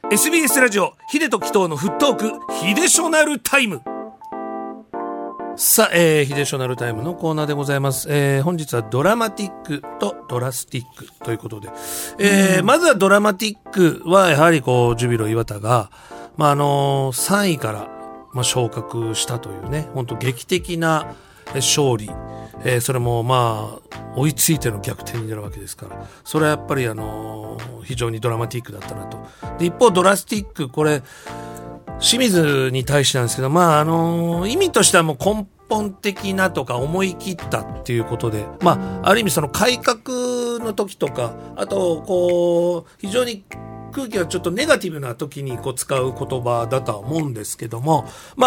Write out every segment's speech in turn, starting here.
SBS ラジオヒデとキトーのフットークヒデショナルタイム。さあ、ヒデショナルタイムのコーナーでございます。本日はドラマティックとドラスティックということで、まずはドラマティックはやはりこうジュビロ磐田が、3位から、昇格したというね、本当劇的な勝利、それも追いついての逆転になるわけですから、それはやっぱり非常にドラマティックだったなと。で一方ドラスティック、これ清水に対してなんですけど、意味としてはもう根本的なとか思い切ったっていうことで、ある意味その改革の時とか、あとこう非常に空気がちょっとネガティブな時にこう使う言葉だとは思うんですけども、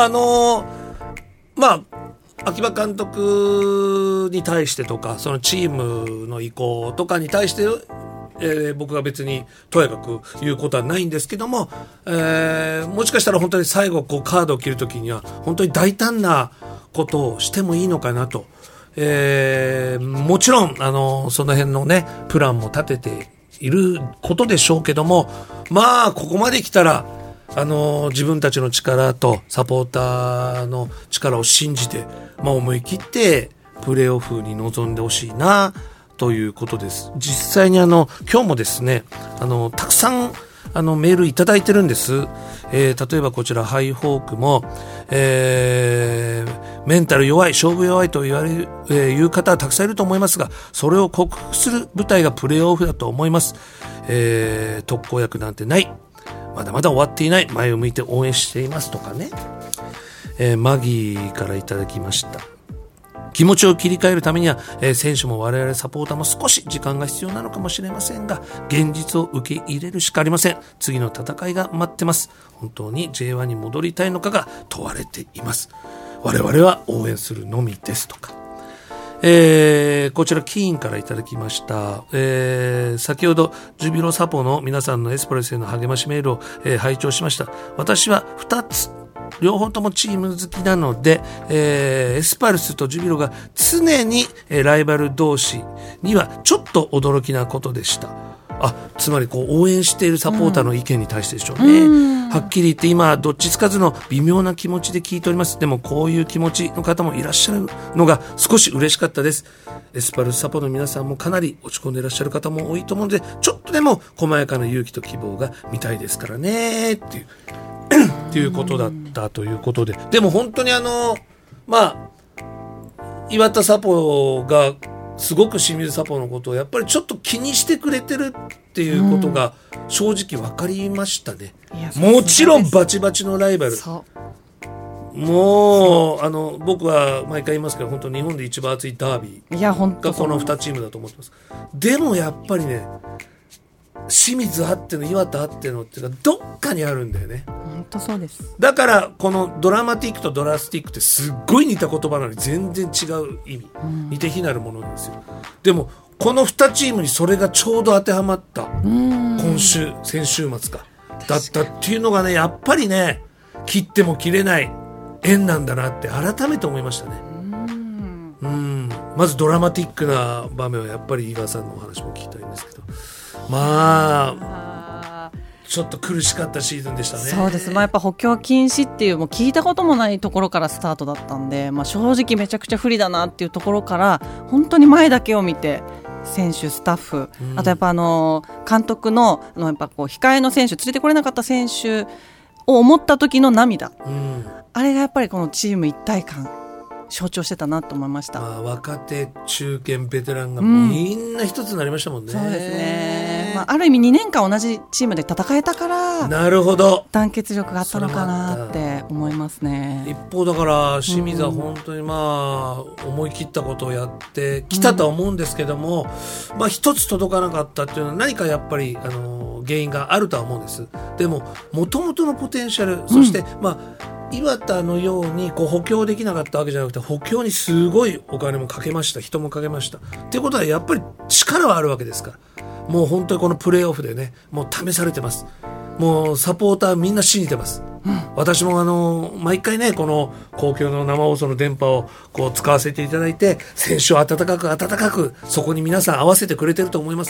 秋葉監督に対してとか、そのチームの意向とかに対して、僕が別にとやかく言うことはないんですけども、もしかしたら本当に最後こうカードを切るときには本当に大胆なことをしてもいいのかなと、もちろんその辺のねプランも立てていることでしょうけども、ここまで来たら自分たちの力とサポーターの力を信じて、思い切ってプレーオフに臨んでほしいなということです。実際に今日もですね、たくさんメールいただいてるんです。例えばこちらハイホークも、メンタル弱い、勝負弱いという方はたくさんいると思いますが、それを克服する舞台がプレーオフだと思います。特効薬なんてない、まだまだ終わっていない、前を向いて応援していますとかね、マギーからいただきました。気持ちを切り替えるためには、選手も我々サポーターも少し時間が必要なのかもしれませんが、現実を受け入れるしかありません。次の戦いが待ってます。本当に J1 に戻りたいのかが問われています。我々は応援するのみですとか、こちらキーンからいただきました。先ほどジュビロサポの皆さんのエスプレスへの励ましメールを、拝聴しました。私は2つ両方ともチーム好きなので、エスパルスとジュビロが常に、ライバル同士にはちょっと驚きなことでした。つまりこう応援しているサポーターの意見に対してでしょうね。はっきり言って今どっちつかずの微妙な気持ちで聞いております。でもこういう気持ちの方もいらっしゃるのが少し嬉しかったです。エスパルスサポの皆さんもかなり落ち込んでいらっしゃる方も多いと思うので、ちょっとでも細やかな勇気と希望が見たいですからねっていうっていうことだったということで、でも本当に岩田サポがすごく清水サポのことをやっぱりちょっと気にしてくれてるっていうことが正直分かりましたね。もちろんバチバチのライバル、もう僕は毎回言いますけど、本当日本で一番熱いダービーがこの2チームだと思ってます。でもやっぱりね、清水あっての岩田あってのっていうかどっかにあるんだよね。 本当そうです。 だからこのドラマティックとドラスティックってすっごい似た言葉なのに全然違う意味、似て非なるものなんですよ。でもこの2チームにそれがちょうど当てはまった先週末かだったっていうのがね、やっぱりね切っても切れない縁なんだなって改めて思いましたね。まずドラマティックな場面はやっぱり井川さんのお話も聞きたいんですけど、ちょっと苦しかったシーズンでしたね。 そうです。やっぱ補強禁止っていうもう聞いたこともないところからスタートだったんで、正直めちゃくちゃ不利だなっていうところから本当に前だけを見て、選手スタッフ、あとやっぱ監督のやっぱこう控えの選手、連れてこれなかった選手を思った時の涙、あれがやっぱりこのチーム一体感象徴してたなと思いました。 若手中堅ベテランがみんな一つになりましたもんね。 そうですね。ある意味2年間同じチームで戦えたから、 なるほど、 団結力があったのかなって思いますね。 一方だから清水は本当に思い切ったことをやってきたとは思うんですけども、一つ届かなかったっていうのは何かやっぱり原因があるとは思うんです。でも元々のポテンシャル、そして岩田のようにこう補強できなかったわけじゃなくて、補強にすごいお金もかけました、人もかけましたっていうことはやっぱり力はあるわけですから、もう本当にこのプレーオフでね、もう試されてます。もうサポーターみんな信じてます、私も毎回ねこの公共の生放送の電波をこう使わせていただいて、選手を温かくそこに皆さん合わせてくれてると思います。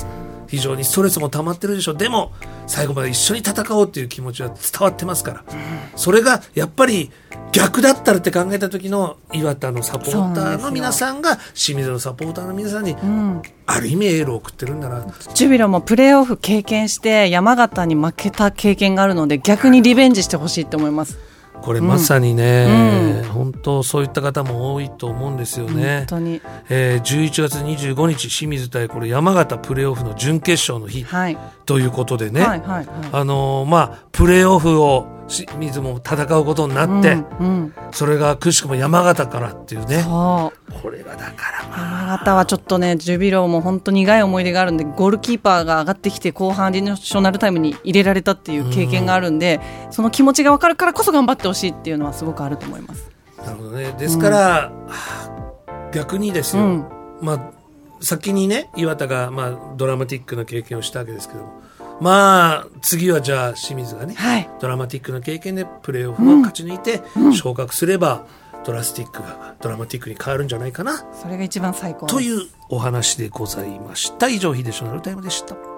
非常にストレスも溜まってるでしょう。でも最後まで一緒に戦おうっていう気持ちは伝わってますから、それがやっぱり逆だったらって考えた時の岩田のサポーターの皆さんが清水のサポーターの皆さんに、ある意味エールを送ってるんだな。 ジュビロもプレーオフ経験して山形に負けた経験があるので、逆にリベンジしてほしいと思います。 これまさにね、本当そういった方も多いと思うんですよね。 本当に、 11月25日清水対これ山形プレーオフの準決勝の日、ということでね、プレーオフを清水も戦うことになって、それがくしくも山形からっていうね。これがだから山形はちょっとね、ジュビロも本当に苦い思い出があるんで、ゴールキーパーが上がってきて後半アディショナルタイムに入れられたっていう経験があるんで、その気持ちが分かるからこそ頑張ってほしいっていうのはすごくあると思います。 なるほどね。ですから、逆にですよ、先にね岩田がドラマティックな経験をしたわけですけども、次はじゃあ清水がね、ドラマティックな経験でプレーオフを勝ち抜いて、昇格すればドラマティックに変わるんじゃないかな。 それが一番最高というお話でございました。以上、秀吉のナルタイムでした。